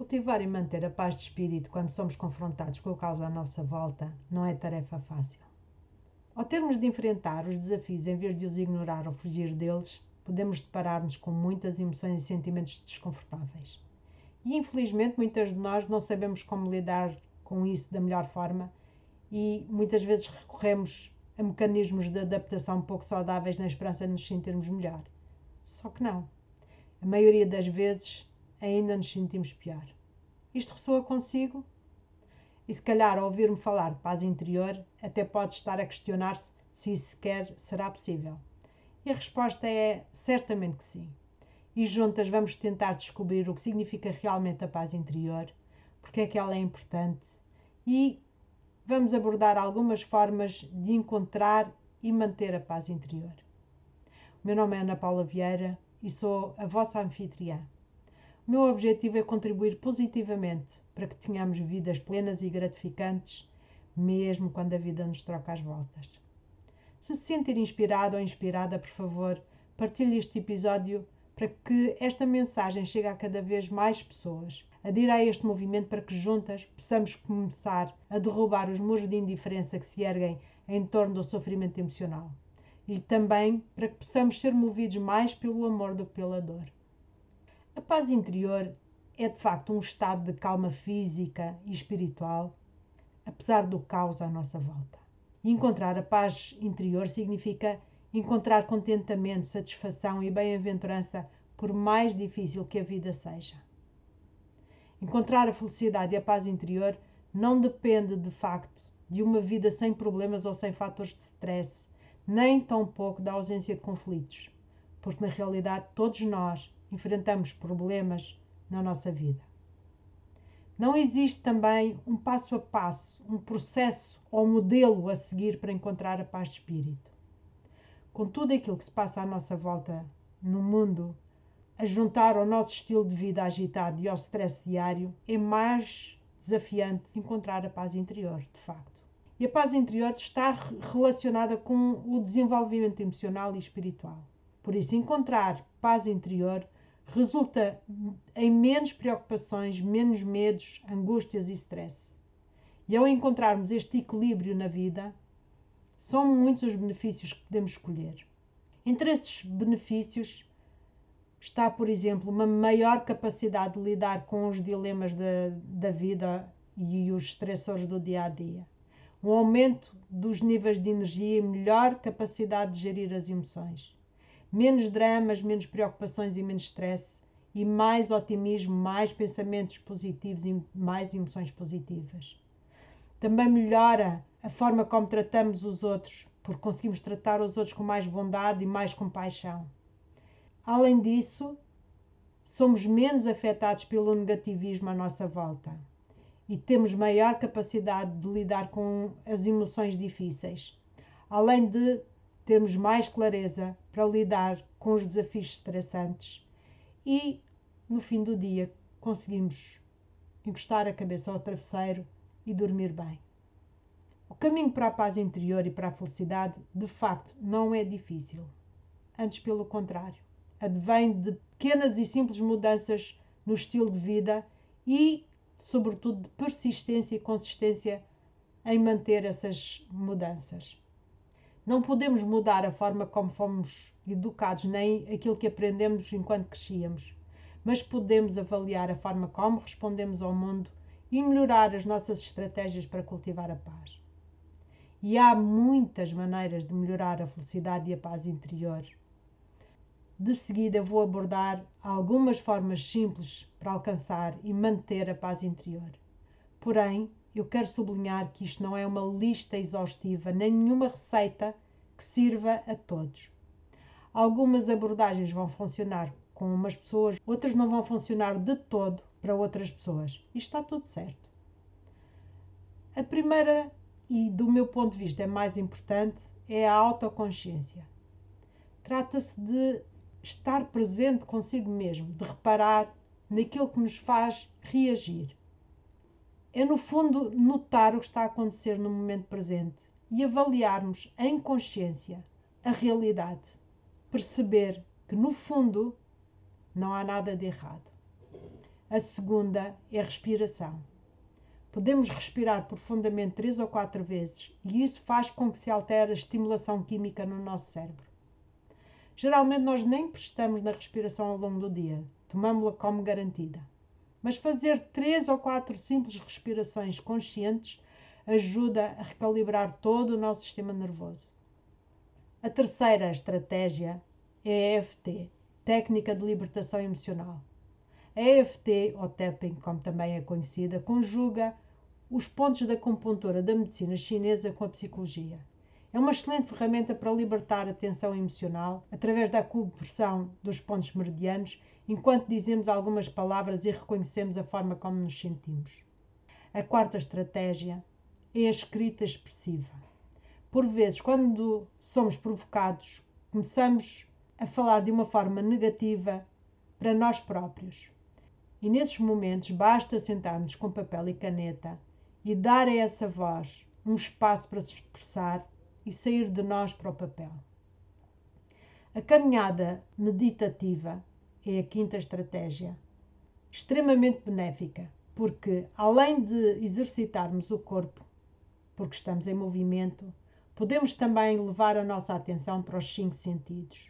Cultivar e manter a paz de espírito quando somos confrontados com o caos à nossa volta não é tarefa fácil. Ao termos de enfrentar os desafios em vez de os ignorar ou fugir deles, podemos deparar-nos com muitas emoções e sentimentos desconfortáveis. E infelizmente muitas de nós não sabemos como lidar com isso da melhor forma e muitas vezes recorremos a mecanismos de adaptação pouco saudáveis na esperança de nos sentirmos melhor. Só que não. A maioria das vezes ainda nos sentimos pior. Isto ressoa consigo? E se calhar ao ouvir-me falar de paz interior, até pode estar a questionar-se se isso sequer será possível. E a resposta é certamente que sim. E juntas vamos tentar descobrir o que significa realmente a paz interior, porque é que ela é importante e vamos abordar algumas formas de encontrar e manter a paz interior. O meu nome é Ana Paula Vieira e sou a vossa anfitriã. O meu objetivo é contribuir positivamente para que tenhamos vidas plenas e gratificantes, mesmo quando a vida nos troca as voltas. Se se sentir inspirado ou inspirada, por favor, partilhe este episódio para que esta mensagem chegue a cada vez mais pessoas. Adira a este movimento para que juntas possamos começar a derrubar os muros de indiferença que se erguem em torno do sofrimento emocional. E também para que possamos ser movidos mais pelo amor do que pela dor. A paz interior é de facto um estado de calma física e espiritual, apesar do caos à nossa volta. E encontrar a paz interior significa encontrar contentamento, satisfação e bem-aventurança por mais difícil que a vida seja. Encontrar a felicidade e a paz interior não depende de facto de uma vida sem problemas ou sem fatores de stress, nem tampouco da ausência de conflitos, porque na realidade todos nós enfrentamos problemas na nossa vida. Não existe também um passo a passo, um processo ou modelo a seguir para encontrar a paz de espírito. Com tudo aquilo que se passa à nossa volta no mundo, a juntar ao nosso estilo de vida agitado e ao stress diário, é mais desafiante encontrar a paz interior, de facto. E a paz interior está relacionada com o desenvolvimento emocional e espiritual. Por isso, encontrar paz interior resulta em menos preocupações, menos medos, angústias e stress. E ao encontrarmos este equilíbrio na vida, são muitos os benefícios que podemos escolher. Entre esses benefícios está, por exemplo, uma maior capacidade de lidar com os dilemas da vida e os estressores do dia a dia. Um aumento dos níveis de energia e melhor capacidade de gerir as emoções. Menos dramas, menos preocupações e menos stress, e mais otimismo, mais pensamentos positivos e mais emoções positivas. Também melhora a forma como tratamos os outros, porque conseguimos tratar os outros com mais bondade e mais compaixão. Além disso, somos menos afetados pelo negativismo à nossa volta e temos maior capacidade de lidar com as emoções difíceis, além de termos mais clareza para lidar com os desafios estressantes e, no fim do dia, conseguimos encostar a cabeça ao travesseiro e dormir bem. O caminho para a paz interior e para a felicidade, de facto, não é difícil. Antes, pelo contrário, advém de pequenas e simples mudanças no estilo de vida e, sobretudo, de persistência e consistência em manter essas mudanças. Não podemos mudar a forma como fomos educados, nem aquilo que aprendemos enquanto crescíamos, mas podemos avaliar a forma como respondemos ao mundo e melhorar as nossas estratégias para cultivar a paz. E há muitas maneiras de melhorar a felicidade e a paz interior. De seguida vou abordar algumas formas simples para alcançar e manter a paz interior. Porém, eu quero sublinhar que isto não é uma lista exaustiva, nem nenhuma receita que sirva a todos. Algumas abordagens vão funcionar com umas pessoas, outras não vão funcionar de todo para outras pessoas. E está tudo certo. A primeira, e do meu ponto de vista é mais importante, é a autoconsciência. Trata-se de estar presente consigo mesmo, de reparar naquilo que nos faz reagir. É, no fundo, notar o que está a acontecer no momento presente e avaliarmos em consciência a realidade. Perceber que, no fundo, não há nada de errado. A segunda é a respiração. Podemos respirar profundamente 3 ou 4 vezes e isso faz com que se altere a estimulação química no nosso cérebro. Geralmente nós nem prestamos na respiração ao longo do dia, tomamos-la como garantida. Mas fazer 3 ou 4 simples respirações conscientes ajuda a recalibrar todo o nosso sistema nervoso. A terceira estratégia é a EFT, Técnica de Libertação Emocional. A EFT, ou Tapping, como também é conhecida, conjuga os pontos da acupuntura da medicina chinesa com a psicologia. É uma excelente ferramenta para libertar a tensão emocional através da acupressão dos pontos meridianos, enquanto dizemos algumas palavras e reconhecemos a forma como nos sentimos. A quarta estratégia é a escrita expressiva. Por vezes, quando somos provocados, começamos a falar de uma forma negativa para nós próprios. E nesses momentos basta sentarmos com papel e caneta e dar a essa voz um espaço para se expressar e sair de nós para o papel. A caminhada meditativa é a quinta estratégia, extremamente benéfica, porque além de exercitarmos o corpo, porque estamos em movimento, podemos também levar a nossa atenção para os 5 sentidos.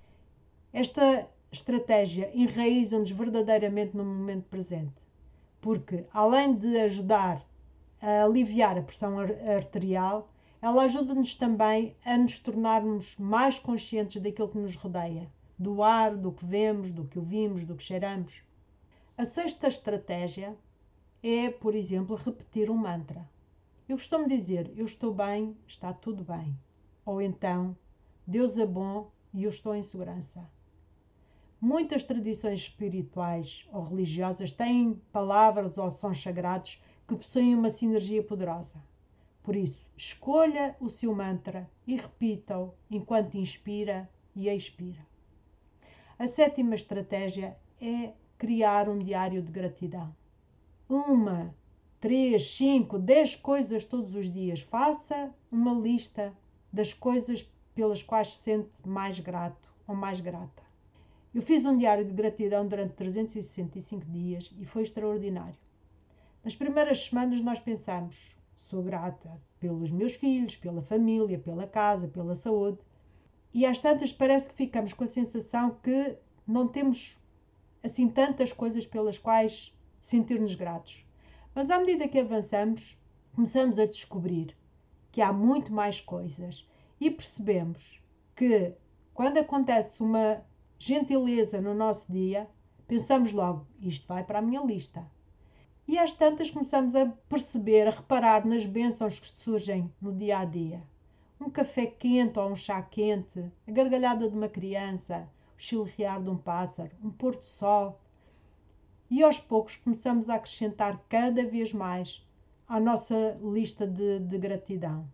Esta estratégia enraiza-nos verdadeiramente no momento presente, porque além de ajudar a aliviar a pressão arterial, ela ajuda-nos também a nos tornarmos mais conscientes daquilo que nos rodeia, do ar, do que vemos, do que ouvimos, do que cheiramos. A sexta estratégia é, por exemplo, repetir um mantra. Eu costumo dizer, eu estou bem, está tudo bem. Ou então, Deus é bom e eu estou em segurança. Muitas tradições espirituais ou religiosas têm palavras ou sons sagrados que possuem uma sinergia poderosa. Por isso, escolha o seu mantra e repita-o enquanto inspira e expira. A sétima estratégia é criar um diário de gratidão. 1, 3, 5, 10 coisas todos os dias. Faça uma lista das coisas pelas quais se sente mais grato ou mais grata. Eu fiz um diário de gratidão durante 365 dias e foi extraordinário. Nas primeiras semanas nós pensamos, sou grata pelos meus filhos, pela família, pela casa, pela saúde. E às tantas parece que ficamos com a sensação que não temos assim tantas coisas pelas quais sentir-nos gratos. Mas à medida que avançamos, começamos a descobrir que há muito mais coisas e percebemos que quando acontece uma gentileza no nosso dia, pensamos logo, isto vai para a minha lista. E às tantas começamos a perceber, a reparar nas bênçãos que surgem no dia a dia. Um café quente ou um chá quente, a gargalhada de uma criança, o chilrear de um pássaro, um pôr do sol. E aos poucos começamos a acrescentar cada vez mais à nossa lista de gratidão.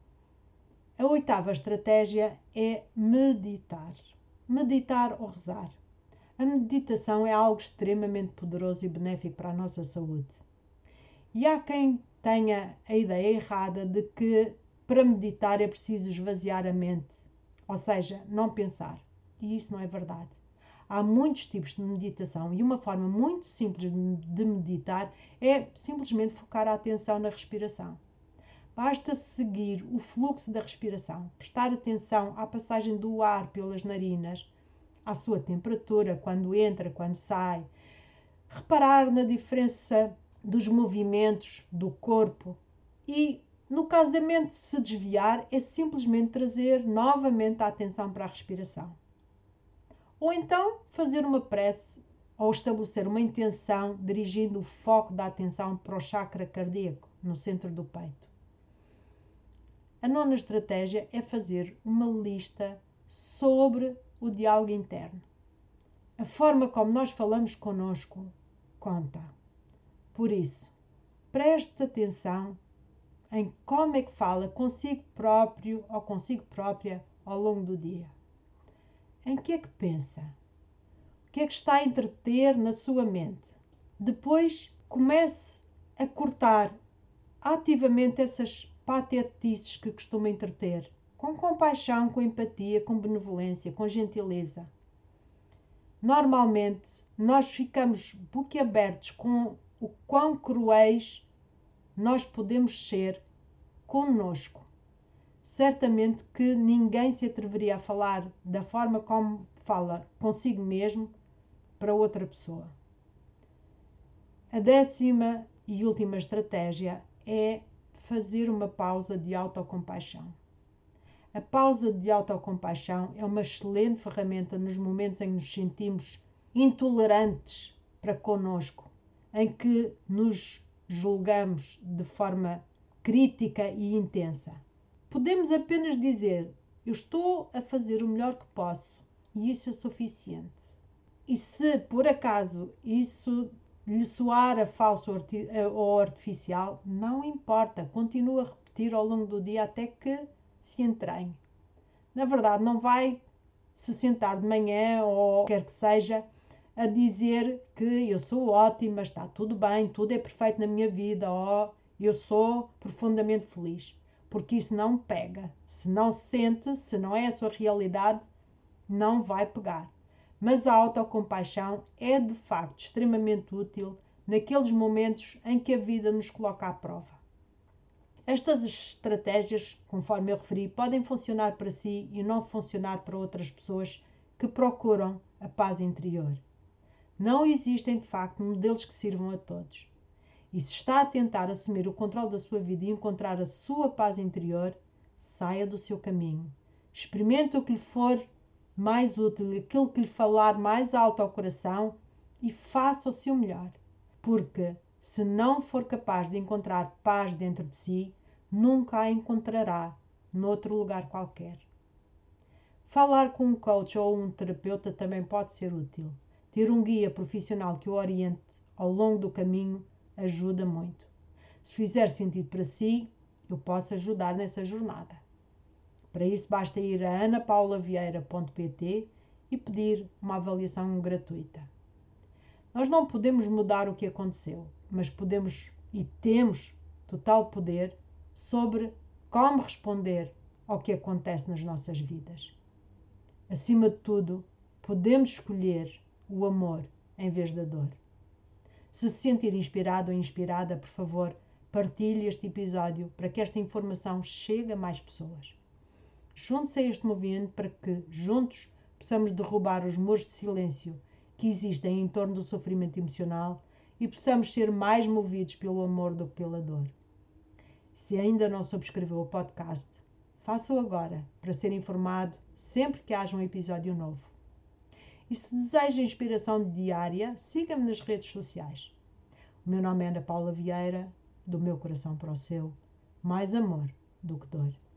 A oitava estratégia é meditar. Meditar ou rezar. A meditação é algo extremamente poderoso e benéfico para a nossa saúde. E há quem tenha a ideia errada de que para meditar é preciso esvaziar a mente, ou seja, não pensar. E isso não é verdade. Há muitos tipos de meditação e uma forma muito simples de meditar é simplesmente focar a atenção na respiração. Basta seguir o fluxo da respiração, prestar atenção à passagem do ar pelas narinas, à sua temperatura, quando entra, quando sai, reparar na diferença dos movimentos do corpo e, no caso da mente se desviar, é simplesmente trazer novamente a atenção para a respiração. Ou então fazer uma prece ou estabelecer uma intenção dirigindo o foco da atenção para o chakra cardíaco, no centro do peito. A nona estratégia é fazer uma lista sobre o diálogo interno. A forma como nós falamos connosco conta. Por isso, preste atenção em como é que fala consigo próprio ou consigo própria ao longo do dia. Em que é que pensa? O que é que está a entreter na sua mente? Depois, comece a cortar ativamente essas patetices que costuma entreter, com compaixão, com empatia, com benevolência, com gentileza. Normalmente, nós ficamos boquiabertos com o quão cruéis nós podemos ser conosco. Certamente que ninguém se atreveria a falar da forma como fala consigo mesmo para outra pessoa. A 10ª e última estratégia é fazer uma pausa de autocompaixão. A pausa de autocompaixão é uma excelente ferramenta nos momentos em que nos sentimos intolerantes para connosco, em que nos julgamos de forma crítica e intensa. Podemos apenas dizer: eu estou a fazer o melhor que posso e isso é suficiente. E se por acaso isso lhe soar a falso ou artificial, não importa, continua a repetir ao longo do dia até que se entranhe. Na verdade, não vai se sentar de manhã ou quer que seja a dizer que eu sou ótima, está tudo bem, tudo é perfeito na minha vida, ou eu sou profundamente feliz. Porque isso não pega. Se não se sente, se não é a sua realidade, não vai pegar. Mas a autocompaixão é de facto extremamente útil naqueles momentos em que a vida nos coloca à prova. Estas estratégias, conforme eu referi, podem funcionar para si e não funcionar para outras pessoas que procuram a paz interior. Não existem, de facto, modelos que sirvam a todos. E se está a tentar assumir o controle da sua vida e encontrar a sua paz interior, saia do seu caminho. Experimente o que lhe for mais útil, aquilo que lhe falar mais alto ao coração e faça o seu melhor. Porque se não for capaz de encontrar paz dentro de si, nunca a encontrará noutro lugar qualquer. Falar com um coach ou um terapeuta também pode ser útil. Ter um guia profissional que o oriente ao longo do caminho ajuda muito. Se fizer sentido para si, eu posso ajudar nessa jornada. Para isso basta ir a anapaula.vieira.pt e pedir uma avaliação gratuita. Nós não podemos mudar o que aconteceu, mas podemos e temos total poder sobre como responder ao que acontece nas nossas vidas. Acima de tudo, podemos escolher o amor em vez da dor. Se se sentir inspirado ou inspirada, por favor, partilhe este episódio para que esta informação chegue a mais pessoas. Junte-se a este movimento para que, juntos, possamos derrubar os muros de silêncio que existem em torno do sofrimento emocional e possamos ser mais movidos pelo amor do que pela dor. Se ainda não subscreveu o podcast, faça-o agora para ser informado sempre que haja um episódio novo. E se deseja inspiração diária, siga-me nas redes sociais. O meu nome é Ana Paula Vieira, do meu coração para o seu, mais amor do que dor.